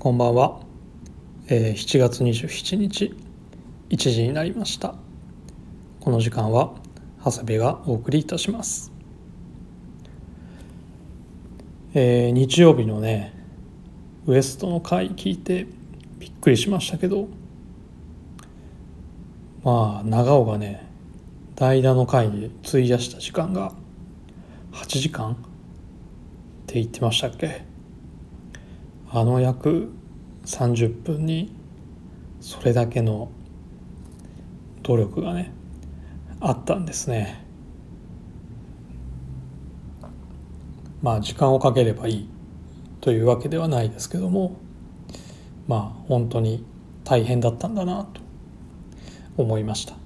こんばんは、7月27日1時になりました。この時間は長谷部がお送りいたします。日曜日のねウエストの回聞いてびっくりしましたけど、長尾がね代打の回に費やした時間が8時間って言ってましたっけ。約30分にそれだけの努力がねあったんですね。時間をかければいいというわけではないですけども、本当に大変だったんだなと思いました。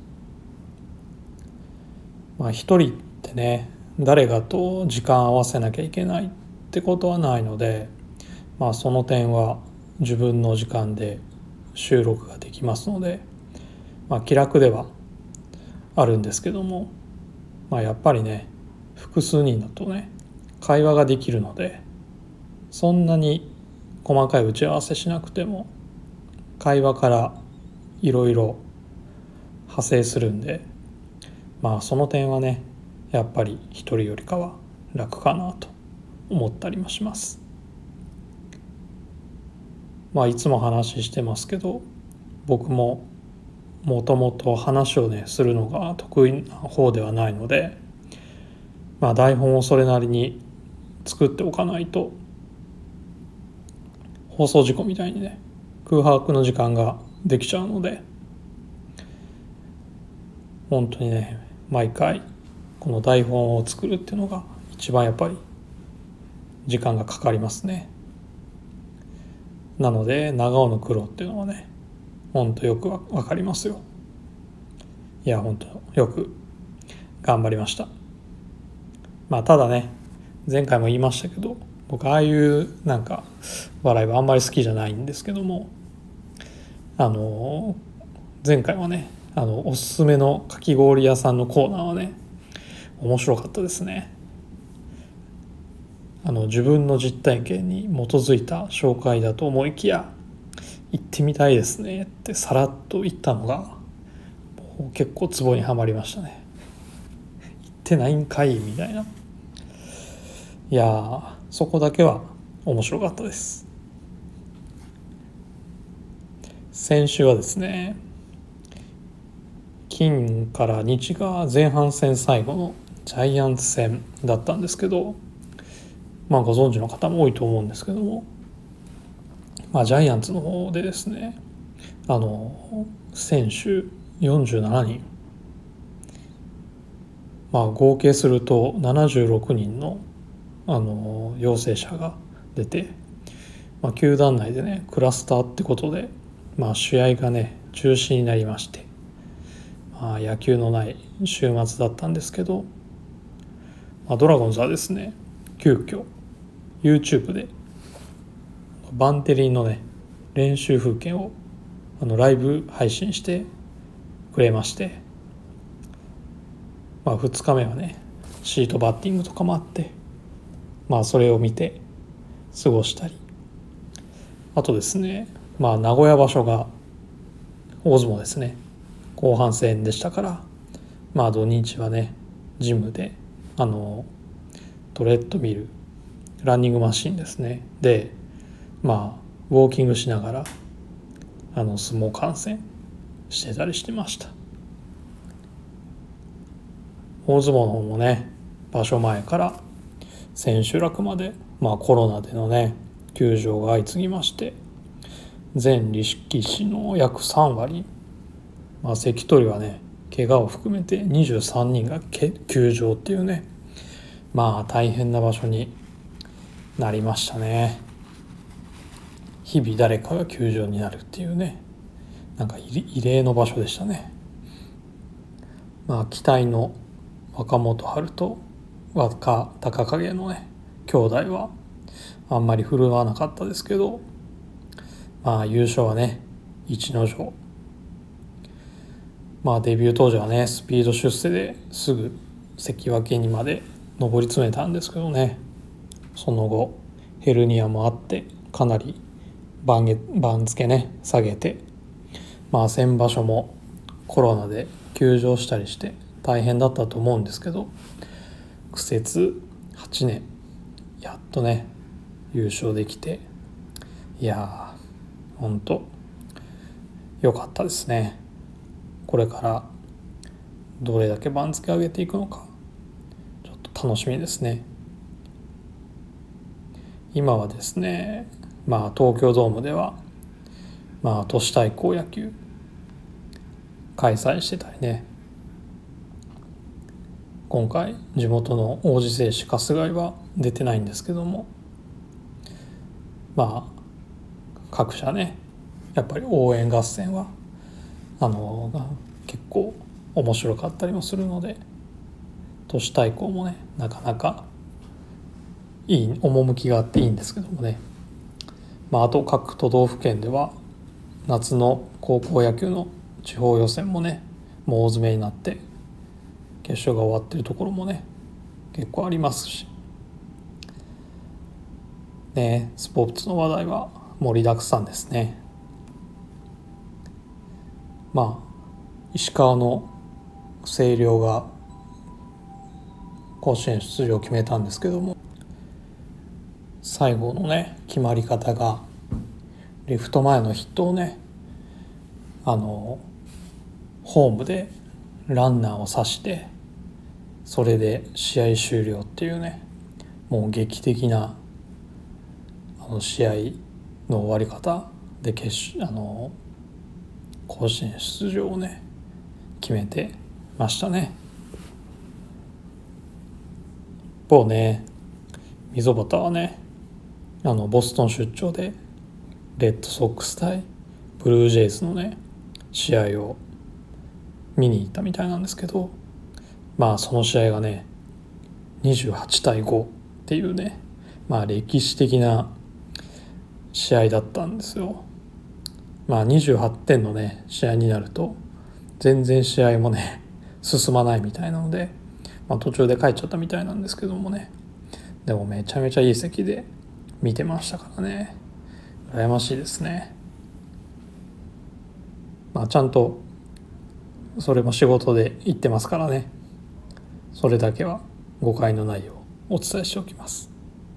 一人ってね誰かと時間合わせなきゃいけないってことはないので、その点は自分の時間で収録ができますので、気楽ではあるんですけども、やっぱりね複数人だとね会話ができるので、そんなに細かい打ち合わせしなくても会話からいろいろ派生するんで、その点はねやっぱり一人よりかは楽かなと思ったりもします。いつも話してますけど、僕ももともと話をねするのが得意な方ではないので、台本をそれなりに作っておかないと放送事故みたいにね空白の時間ができちゃうので、本当にね毎回この台本を作るっていうのが一番やっぱり時間がかかりますね。なので長尾の苦労っていうのはね本当よくわかりますよ。いや本当よく頑張りました。ただね前回も言いましたけど、僕ああいう笑いはあんまり好きじゃないんですけども、前回はねおすすめのかき氷屋さんのコーナーはね面白かったですね。自分の実体験に基づいた紹介だと思いきや、行ってみたいですねってさらっと言ったのが結構ツボにはまりましたね。行ってないんかいみたいな。いやそこだけは面白かったです。先週はですね金から日が前半戦最後のジャイアンツ戦だったんですけど、ご存知の方も多いと思うんですけども、ジャイアンツの方でですね選手47人、合計すると76人の陽性者が出て、球団内でねクラスターってことで、試合がね中止になりまして、野球のない週末だったんですけど、ドラゴンズはですね急遽 YouTube でバンテリンのね練習風景をライブ配信してくれまして、2日目はねシートバッティングとかもあって、それを見て過ごしたり、あとですね名古屋場所が大相撲ですね後半戦でしたから、土日はねジムでトレッドミルランニングマシンですねでウォーキングしながら相撲観戦してたりしてました。大相撲の方もね場所前から千秋楽まで、コロナでのね休場が相次ぎまして、全力士の約3割、関取はね怪我を含めて23人が休場っていうね、大変な場所になりましたね。日々誰かが休場になるっていうね異例の場所でしたね。期待の若元春と若隆景のね兄弟はあんまり振るわなかったですけど、優勝はね逸ノ城、デビュー当時はねスピード出世ですぐ関脇にまで上り詰めたんですけどね、その後ヘルニアもあってかなり番付ね下げて、先場所もコロナで休場したりして大変だったと思うんですけど、苦節8年やっとね優勝できて、いやーほんと良かったですね。これからどれだけ番付上げていくのかちょっと楽しみですね。今はですね、東京ドームでは都市対抗野球開催してたりね、今回地元の王子製紙春日井は出てないんですけども、各社ねやっぱり応援合戦は結構面白かったりもするので、都市対抗もねなかなかいい趣があっていいんですけどもね、あと各都道府県では夏の高校野球の地方予選もねもう大詰めになって決勝が終わってるところもね結構ありますしね、スポーツの話題は盛りだくさんですね。石川の星稜が甲子園出場を決めたんですけども、最後のね決まり方がレフト前のヒットをねホームでランナーを刺してそれで試合終了っていうね、もう劇的な試合の終わり方で甲子園出場をね決めてましたね。一方ね溝端はねボストン出張でレッドソックス対ブルージェイズのね試合を見に行ったみたいなんですけど、その試合がね28対5っていうね歴史的な試合だったんですよ。28点のね試合になると全然試合もね進まないみたいなので、途中で帰っちゃったみたいなんですけどもね、でもめちゃめちゃいい席で見てましたからね、羨ましいですね。ちゃんとそれも仕事で行ってますからね、それだけは誤解のないようお伝えしておきます。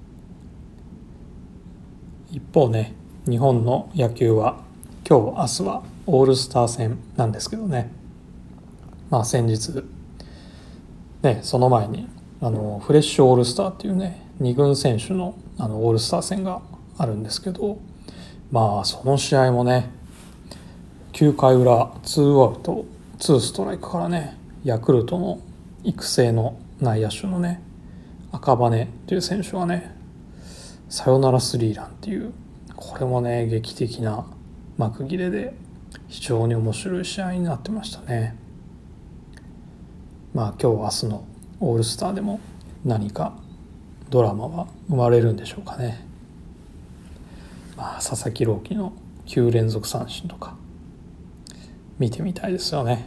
一方ね日本の野球は今日明日はオールスター戦なんですけどね、先日ねその前にフレッシュオールスターっていうね2軍選手のオールスター戦があるんですけど、その試合もね9回裏2アウト2ストライクからねヤクルトの育成の内野手のね赤羽っていう選手はねサヨナラスリーランっていう、これもね劇的な幕切れで非常に面白い試合になってましたね。今日明日のオールスターでも何かドラマは生まれるんでしょうかね。佐々木朗希の9連続三振とか見てみたいですよね。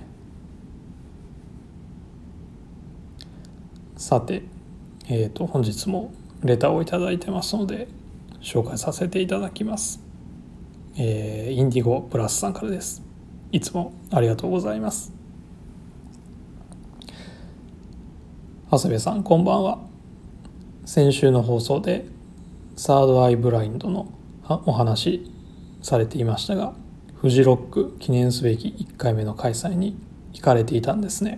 さて、本日もレターをいただいてますので紹介させていただきます。インディゴプラスさんからです。いつもありがとうございます。長谷部さんこんばんは。先週の放送でサードアイブラインドのお話されていましたが、フジロック記念すべき1回目の開催に行かれていたんですね。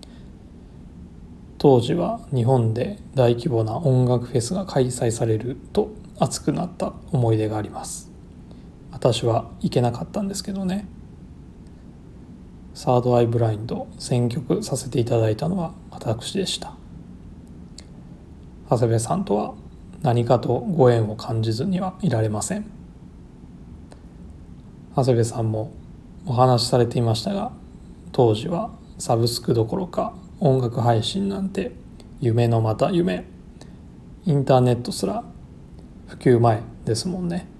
当時は日本で大規模な音楽フェスが開催されると熱くなった思い出があります。私は行けなかったんですけどね。サードアイブラインド選曲させていただいたのは私でした。長谷部さんとは何かとご縁を感じずにはいられません。長谷部さんもお話しされていましたが、当時はサブスクどころか音楽配信なんて夢のまた夢、インターネットすら普及前ですもんね。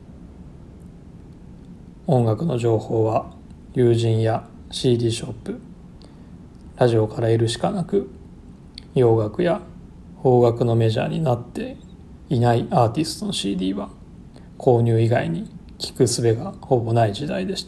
音楽の情報は友人や CD ショップ、ラジオから得るしかなく、洋楽や邦楽のメジャーになっていないアーティストの CD は購入以外に聞く術がほぼない時代でした。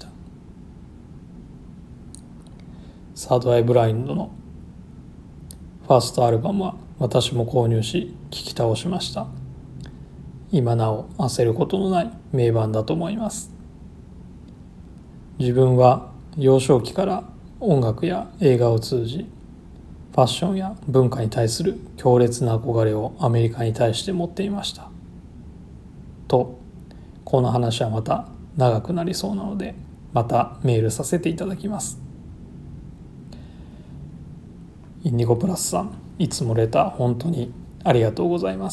サードアイブラインドのファーストアルバムは私も購入し聴き倒しました。今なお焦ることのない名盤だと思います。自分は幼少期から音楽や映画を通じファッションや文化に対する強烈な憧れをアメリカに対して持っていました。と、この話はまた長くなりそうなので、またメールさせていただきます。インディゴプラスさん、いつもレター本当にありがとうございます。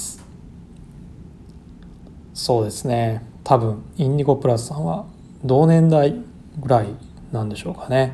そうですね、多分インディゴプラスさんは同年代ぐらいなんでしょうかね。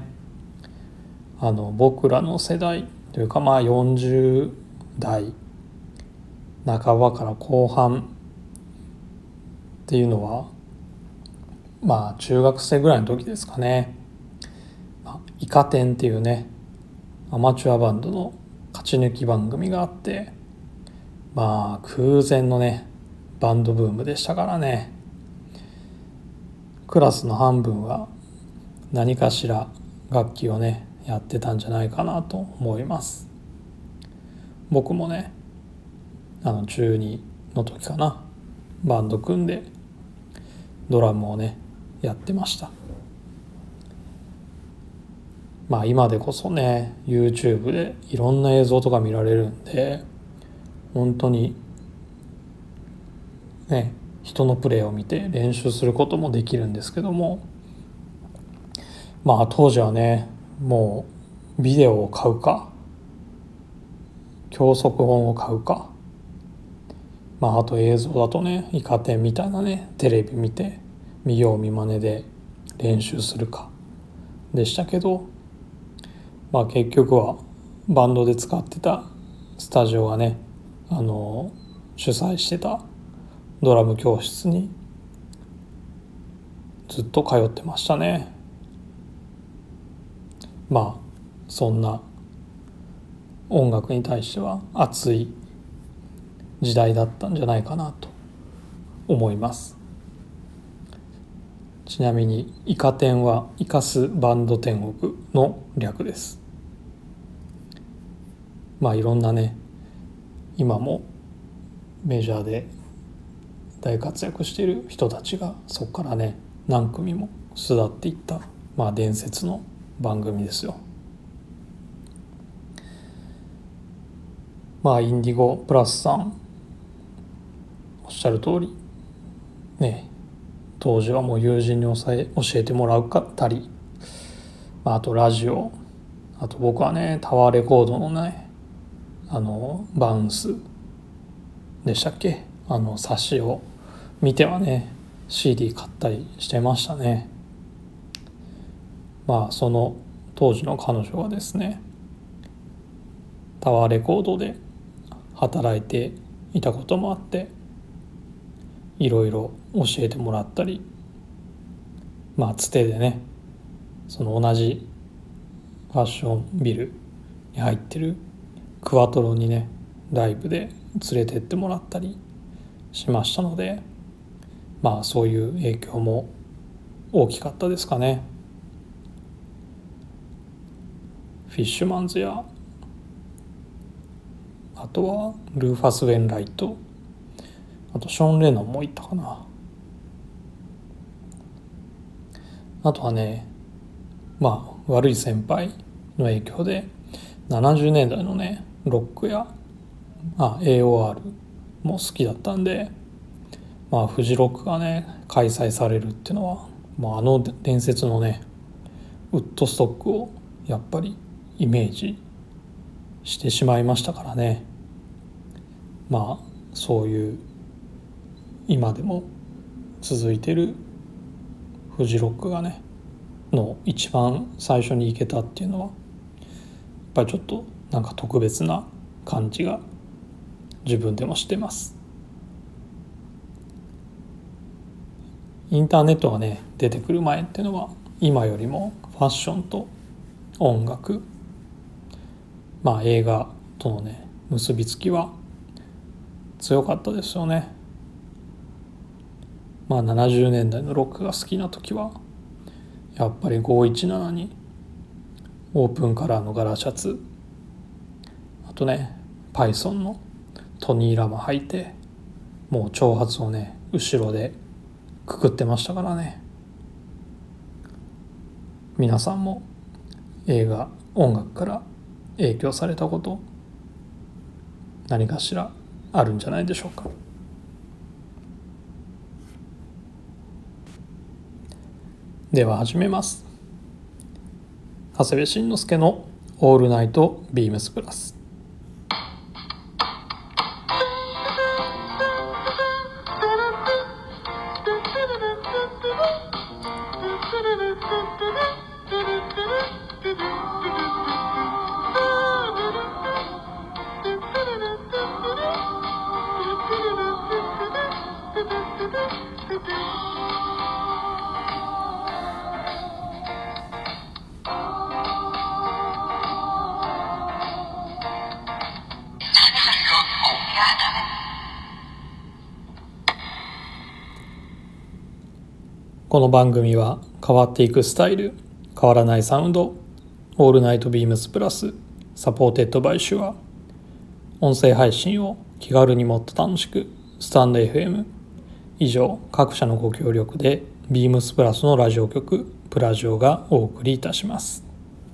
僕らの世代というか、40代半ばから後半っていうのは中学生ぐらいの時ですかね。イカ天っていうねアマチュアバンドの勝ち抜き番組があって、空前のねバンドブームでしたからね。クラスの半分は何かしら楽器をねやってたんじゃないかなと思います。僕もね中2の時かな、バンド組んでドラムをねやってました。今でこそね YouTube でいろんな映像とか見られるんで、本当にね人のプレーを見て練習することもできるんですけども、当時はねもうビデオを買うか教則本を買うか、あと映像だとねイカ天みたいなねテレビ見て見よう見まねで練習するかでしたけど、結局はバンドで使ってたスタジオがね主催してたドラム教室にずっと通ってましたね。そんな音楽に対しては熱い時代だったんじゃないかなと思います。ちなみにイカ天はイカスバンド天国の略です。いろんなね今もメジャーで大活躍している人たちがそこからね何組も巣立っていった、伝説の番組ですよ。インディゴプラスさんおっしゃる通りね、当時はもう友人に教えてもらうかったり、あとラジオ、あと僕はねタワーレコードのねバウンスでしたっけ、冊子を見てはね CD 買ったりしてましたね。その当時の彼女はですねタワーレコードで働いていたこともあって、いろいろ教えてもらったり、つてでねその同じファッションビルに入ってるクワトロにねライブで連れてってもらったりしましたので、そういう影響も大きかったですかね。フィッシュマンズやあとはルーファス・ウェンライト、あとショーン・レノンもいたかな。あとはね悪い先輩の影響で70年代のねロックやAOR も好きだったんで、フジロックがね開催されるっていうのは伝説のねウッドストックをやっぱりイメージしてしまいましたからね。そういう今でも続いてるフジロックがねの一番最初に行けたっていうのはやっぱりちょっとなんか特別な感じが自分でもしてます。インターネットがね出てくる前っていうのは今よりもファッションと音楽、映画とのね結びつきは強かったですよね。 70年代のロックが好きな時はやっぱり517にオープンカラーの柄シャツ、あとねパイソンのトニーラマ履いて、もう長髪をね後ろでくくってましたからね。皆さんも映画音楽から影響されたこと何かしらあるんじゃないでしょうか。では始めます。長谷部慎之介のオールナイトビームスプラス。この番組は変わっていくスタイル、変わらないサウンド、オールナイトビームスプラス、サポーテッドバイシュア。音声配信を気軽にもっと楽しく、スタンド FM。以上、各社のご協力でビームスプラスのラジオ局プラジオがお送りいたします。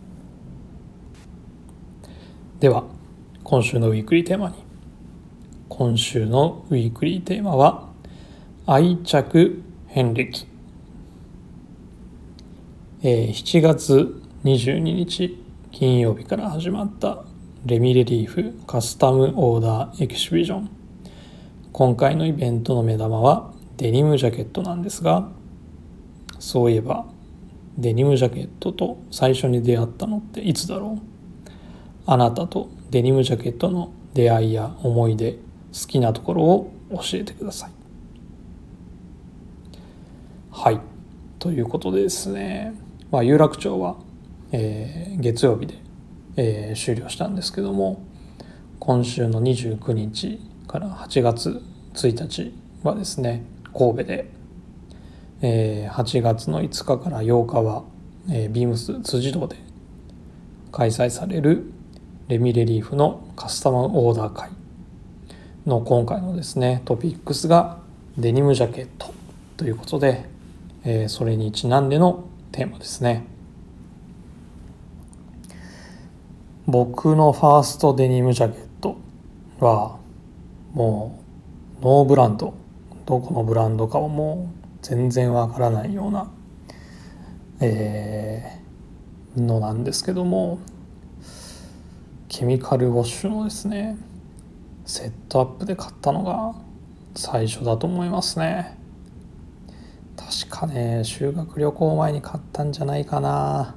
では、今週のウィークリーテーマに。今週のウィークリーテーマは愛着遍歴。7月22日金曜日から始まったレミレリーフカスタムオーダーエキシビジョン。今回のイベントの目玉はデニムジャケットなんですが、そういえばデニムジャケットと最初に出会ったのっていつだろう。あなたとデニムジャケットの出会いや思い出、好きなところを教えてください。はい、ということでですね、有楽町は、月曜日で、終了したんですけども、今週の29日から8月1日はですね、神戸で、8月の5日から8日は、ビームス辻堂で開催されるレミレリーフのカスタムオーダー会の今回のですねトピックスがデニムジャケットということで、それにちなんでのテーマですね。僕のファーストデニムジャケットはもうノーブランド、どこのブランドかはもう全然わからないような、のなんですけども、ケミカルウォッシュのですねセットアップで買ったのが最初だと思いますね。確かね、修学旅行前に買ったんじゃないかな。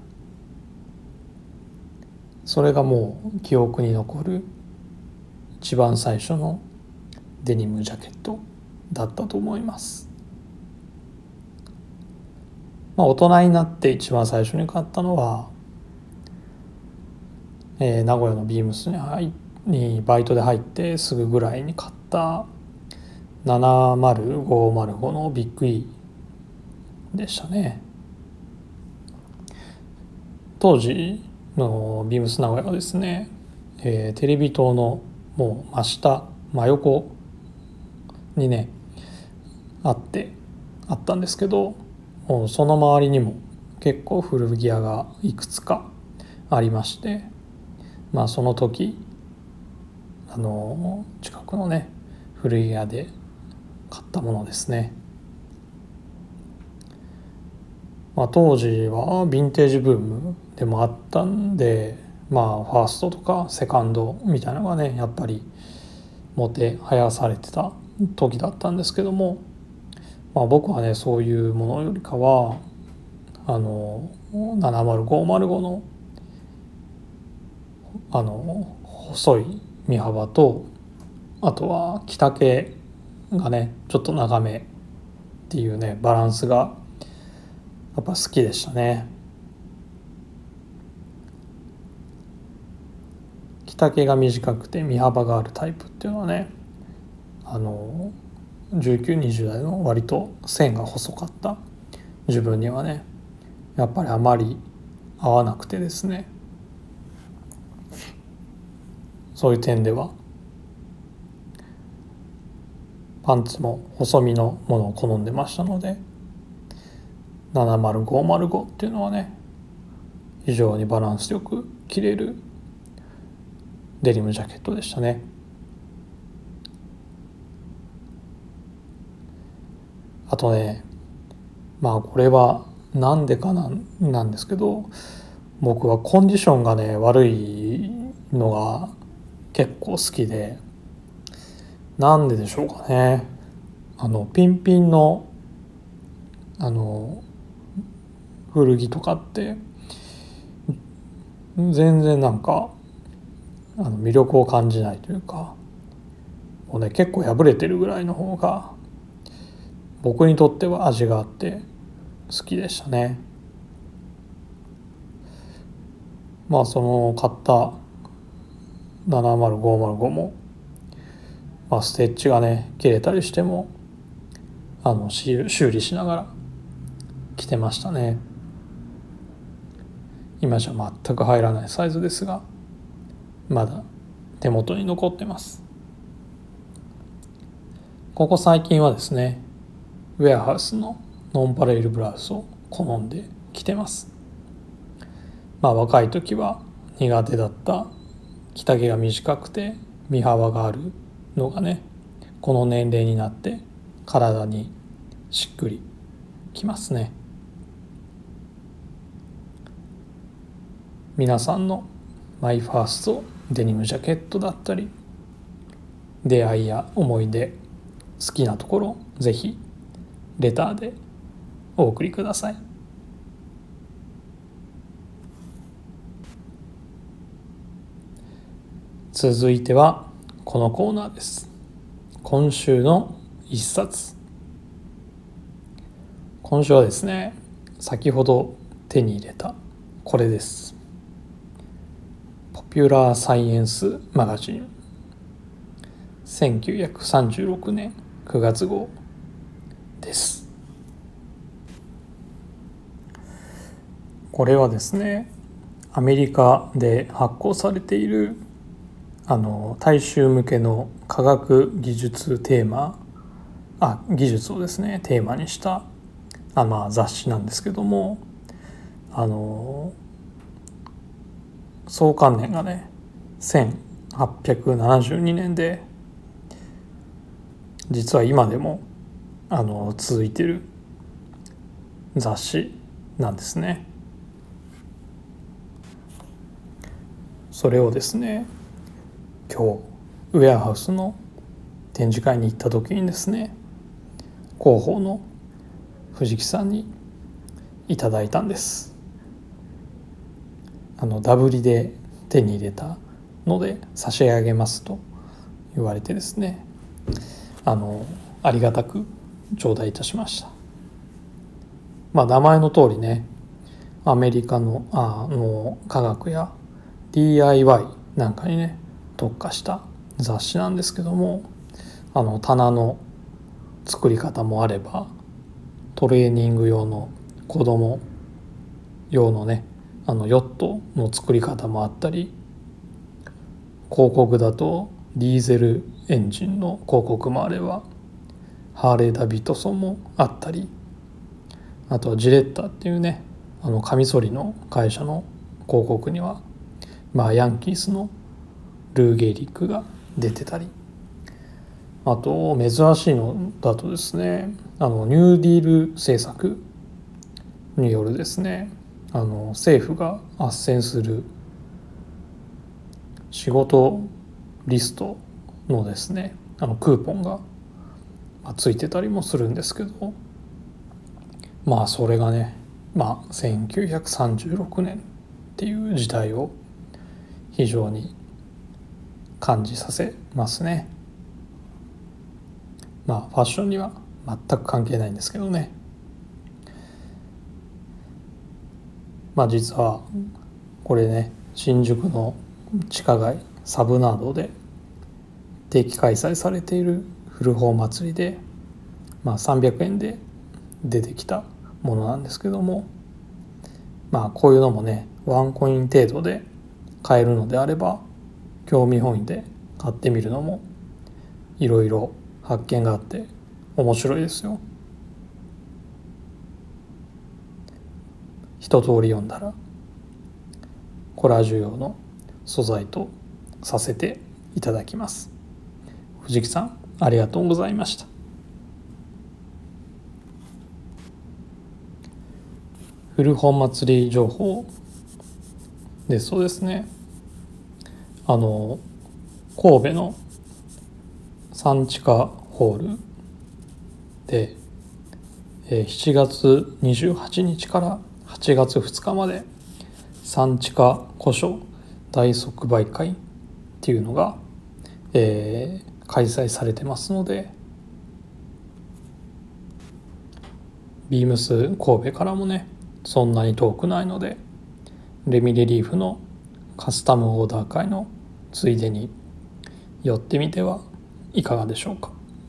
それがもう記憶に残る一番最初のデニムジャケットだったと思います。大人になって一番最初に買ったのは、名古屋のビームスにバイトで入ってすぐぐらいに買った70505のビッグ E でしたね。当時のビームス名古屋はですね、テレビ塔のもう真横にねあったんですけど、もうその周りにも結構古着屋がいくつかありまして、その時近くのね古着屋で買ったものですね。当時はヴィンテージブームでもあったんで、ファーストとかセカンドみたいなのがねやっぱりもてはやされてた時だったんですけども、僕はねそういうものよりかは70505の細い身幅と、あとは着丈がねちょっと長めっていうねバランスがやっぱ好きでしたね。着丈が短くて身幅があるタイプっていうのはね 19、20代の割と線が細かった自分にはね、やっぱりあまり合わなくてですね、そういう点ではパンツも細身のものを好んでましたので、70505っていうのはね、非常にバランスよく着れるデニムジャケットでしたね。あとね、これはなんでかなんですけど、僕はコンディションがね悪いのが結構好きで、なんででしょうかね。ピンピンの古着とかって全然魅力を感じないというか、もうね結構破れてるぐらいの方が僕にとっては味があって好きでしたね。その買った70505も、ステッチがね切れたりしても修理しながら着てましたね。今じゃ全く入らないサイズですが、まだ手元に残ってます。ここ最近はですね、ウェアハウスのノンパレルブラウスを好んで着てます。若い時は苦手だった着丈が短くて身幅があるのがね、この年齢になって体にしっくりきますね。皆さんのマイファーストデニムジャケットだったり、出会いや思い出、好きなところ、ぜひレターでお送りください。続いてはこのコーナーです。今週の一冊。今週はですね、先ほど手に入れたこれです。ポピュラーサイエンスマガジン1936年9月号です。これはですね、アメリカで発行されている大衆向けの科学技術技術をですねテーマにした雑誌なんですけども、創刊年がね1872年で、実は今でも続いてる雑誌なんですね。それをですね、今日ウェアハウスの展示会に行った時にですね、広報の藤木さんにいただいたんです。ダブリで手に入れたので差し上げますと言われてですね、ありがたく頂戴いたしました。名前の通りね、アメリカの科学や DIY なんかにね特化した雑誌なんですけども、棚の作り方もあれば、トレーニング用の子供用のねヨットの作り方もあったり、広告だとディーゼルエンジンの広告もあれば、ハーレーダビッドソンもあったり、あとはジレッタっていうねカミソリの会社の広告にはヤンキースのルー・ゲイリックが出てたり、あと珍しいのだとですね、ニューディール政策によるですね、政府が斡旋する仕事リストのですねクーポンがついてたりもするんですけど、それがね1936年っていう時代を非常に感じさせますね。ファッションには全く関係ないんですけどね。実はこれね、新宿の地下街サブナードで定期開催されている古本祭りで、 300円で出てきたものなんですけども、こういうのもねワンコイン程度で買えるのであれば興味本位で買ってみるのもいろいろ発見があって面白いですよ。一通り読んだらコラージュ用の素材とさせていただきます。藤木さんありがとうございました。古本祭り情報で、そうですね、神戸の産地下ホールで7月28日から8月2日まで産地下古書大即売会っていうのが、開催されてますので、ビームス神戸からもねそんなに遠くないので、レミレリーフのカスタムオーダー会のついでに寄ってみてはいかがでしょうか。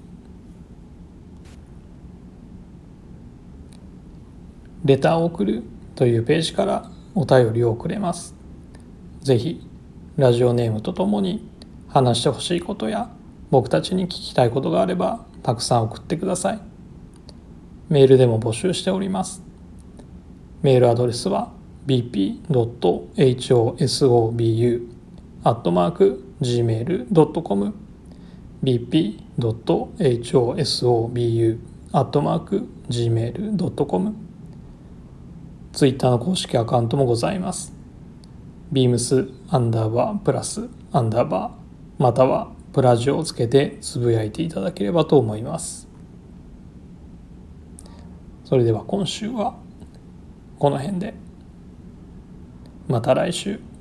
レターを送るというページからお便りを送れます。ぜひラジオネームとともに話してほしいことや僕たちに聞きたいことがあればたくさん送ってください。メールでも募集しております。メールアドレスは bp.hosobu@gmail.com bp.hosobu@gmail.com。 ツイッターの公式アカウントもございます。beams_+_またはプラジオをつけてつぶやいていただければと思います。それでは今週はこの辺で、また来週。